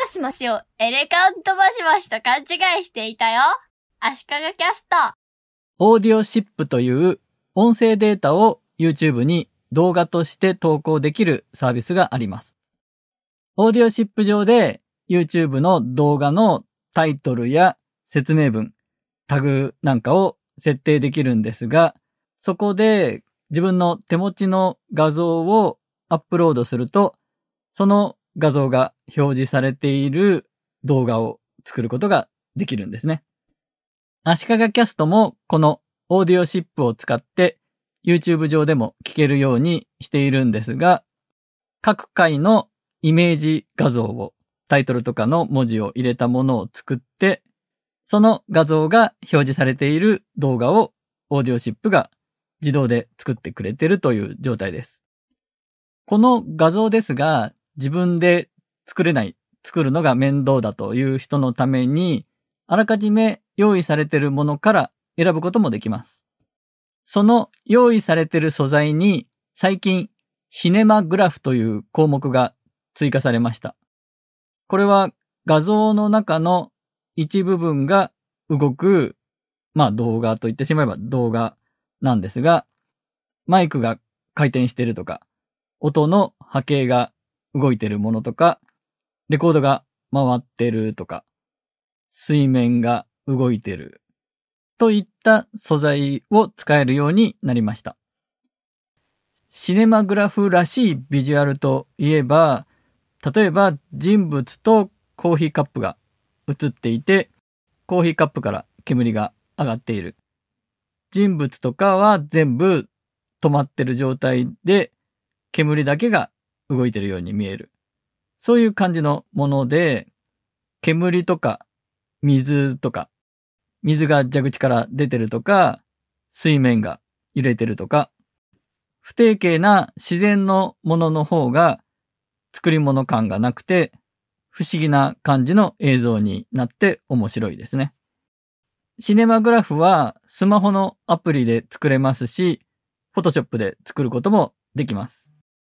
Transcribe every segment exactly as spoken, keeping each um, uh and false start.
シマシをエレカントマシマシと勘違いしていたよ。足利キャスト。 オーディオシップという音声データを YouTube に動画として投稿できるサービスがあります。オーディオシップ上で YouTube の動画のタイトルや説明文、タグなんかを設定できるんですが、そこで自分の手持ちの画像をアップロードすると、その画像が表示されている動画を作ることができるんですね。足利キャストもこのオーディオシップを使って YouTube 上でも聞けるようにしているんですが、各回のイメージ画像をタイトルとかの文字を入れたものを作って、その画像が表示されている動画をオーディオシップが自動で作ってくれているという状態です。この画像ですが、自分で作れない、作るのが面倒だという人のために、あらかじめ用意されているものから選ぶこともできます。その用意されている素材に最近シネマグラフという項目が追加されました。これは画像の中の一部分が動く、まあ動画と言ってしまえば動画なんですが、マイクが回転しているとか、音の波形が動いているものとか、レコードが回ってるとか、水面が動いてるといった素材を使えるようになりました。シネマグラフらしいビジュアルといえば、例えば人物とコーヒーカップが映っていて、コーヒーカップから煙が上がっている。人物とかは全部止まってる状態で、煙だけが動いてるように見える。そういう感じのもので、煙とか水とか、水が蛇口から出てるとか、水面が揺れてるとか、不定形な自然のものの方が作り物感がなくて、不思議な感じの映像になって面白いですね。シネマグラフはスマホのアプリで作れますし、Photoshop で作ることもできます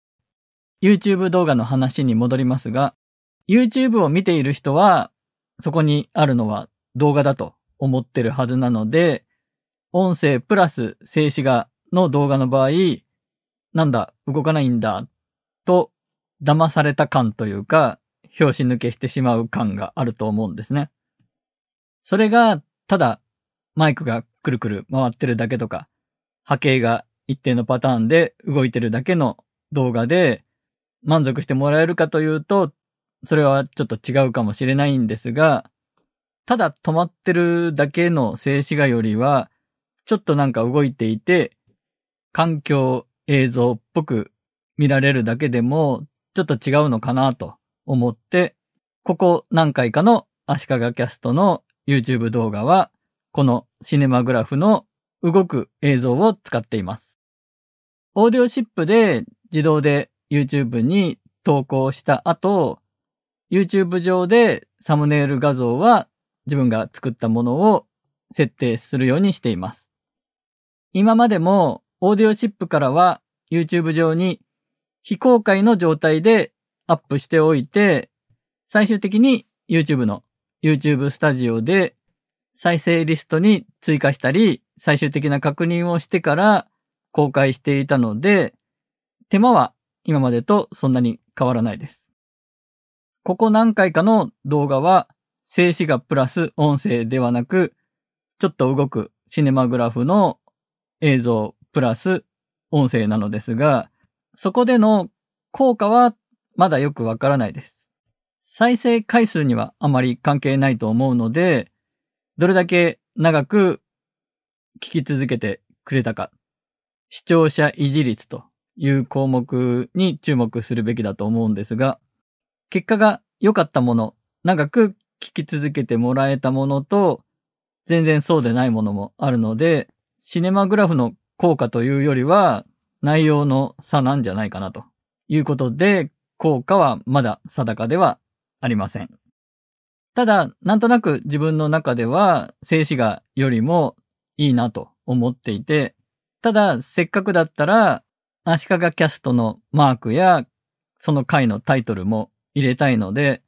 。YouTube 動画の話に戻りますが、YouTube を見ている人は、そこにあるのは動画だと思ってるはずなので、音声プラス静止画の動画の場合、なんだ、動かないんだ、と騙された感というか、拍子抜けしてしまう感があると思うんですね。それが、ただ、マイクがくるくる回ってるだけとか、波形が一定のパターンで動いてるだけの動画で、満足してもらえるかというと、それはちょっと違うかもしれないんですが、ただ止まってるだけの静止画よりは、ちょっとなんか動いていて、環境映像っぽく見られるだけでも、ちょっと違うのかなと思って、ここ何回かの足利キャストの YouTube 動画は、このシネマグラフの動く映像を使っています。オーディオシップで自動でYouTube に投稿した後、YouTube 上でサムネイル画像は自分が作ったものを設定するようにしています。今までもオーディオシップからは YouTube 上に非公開の状態でアップしておいて、最終的に YouTube の YouTube スタジオで再生リストに追加したり、最終的な確認をしてから公開していたので、手間は今までとそんなに変わらないです。ここ何回かの動画は静止画プラス音声ではなく、ちょっと動くシネマグラフの映像プラス音声なのですが、そこでの効果はまだよくわからないです。再生回数にはあまり関係ないと思うので、どれだけ長く聞き続けてくれたか、視聴者維持率という項目に注目するべきだと思うんですが、結果が良かったもの、長く聞き続けてもらえたものと、全然そうでないものもあるので、シネマグラフの効果というよりは、内容の差なんじゃないかなということで、効果はまだ定かではありません。ただ、なんとなく自分の中では、静止画よりもいいなと思っていて、ただ、せっかくだったら、足利キャストのマークや、その回のタイトルも入れたいので、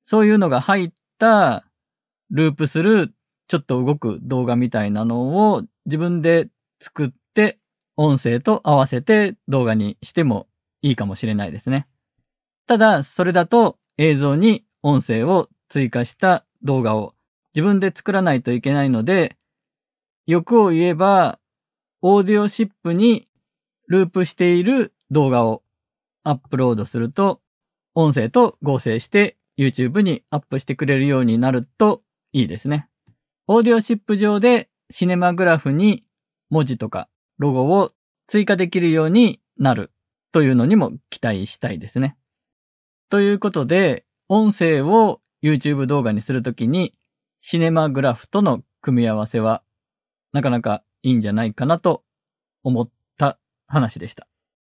そういうのが入ったループするちょっと動く動画みたいなのを自分で作って音声と合わせて動画にしてもいいかもしれないですね。ただ、それだと映像に音声を追加した動画を自分で作らないといけないので、欲を言えば、オーディオシップにループしている動画をアップロードすると、音声と合成して YouTube にアップしてくれるようになるといいですね。オーディオシップ上でシネマグラフに文字とかロゴを追加できるようになるというのにも期待したいですね。ということで、音声を YouTube 動画にするときにシネマグラフとの組み合わせはなかなかいいんじゃないかなと思った話でした。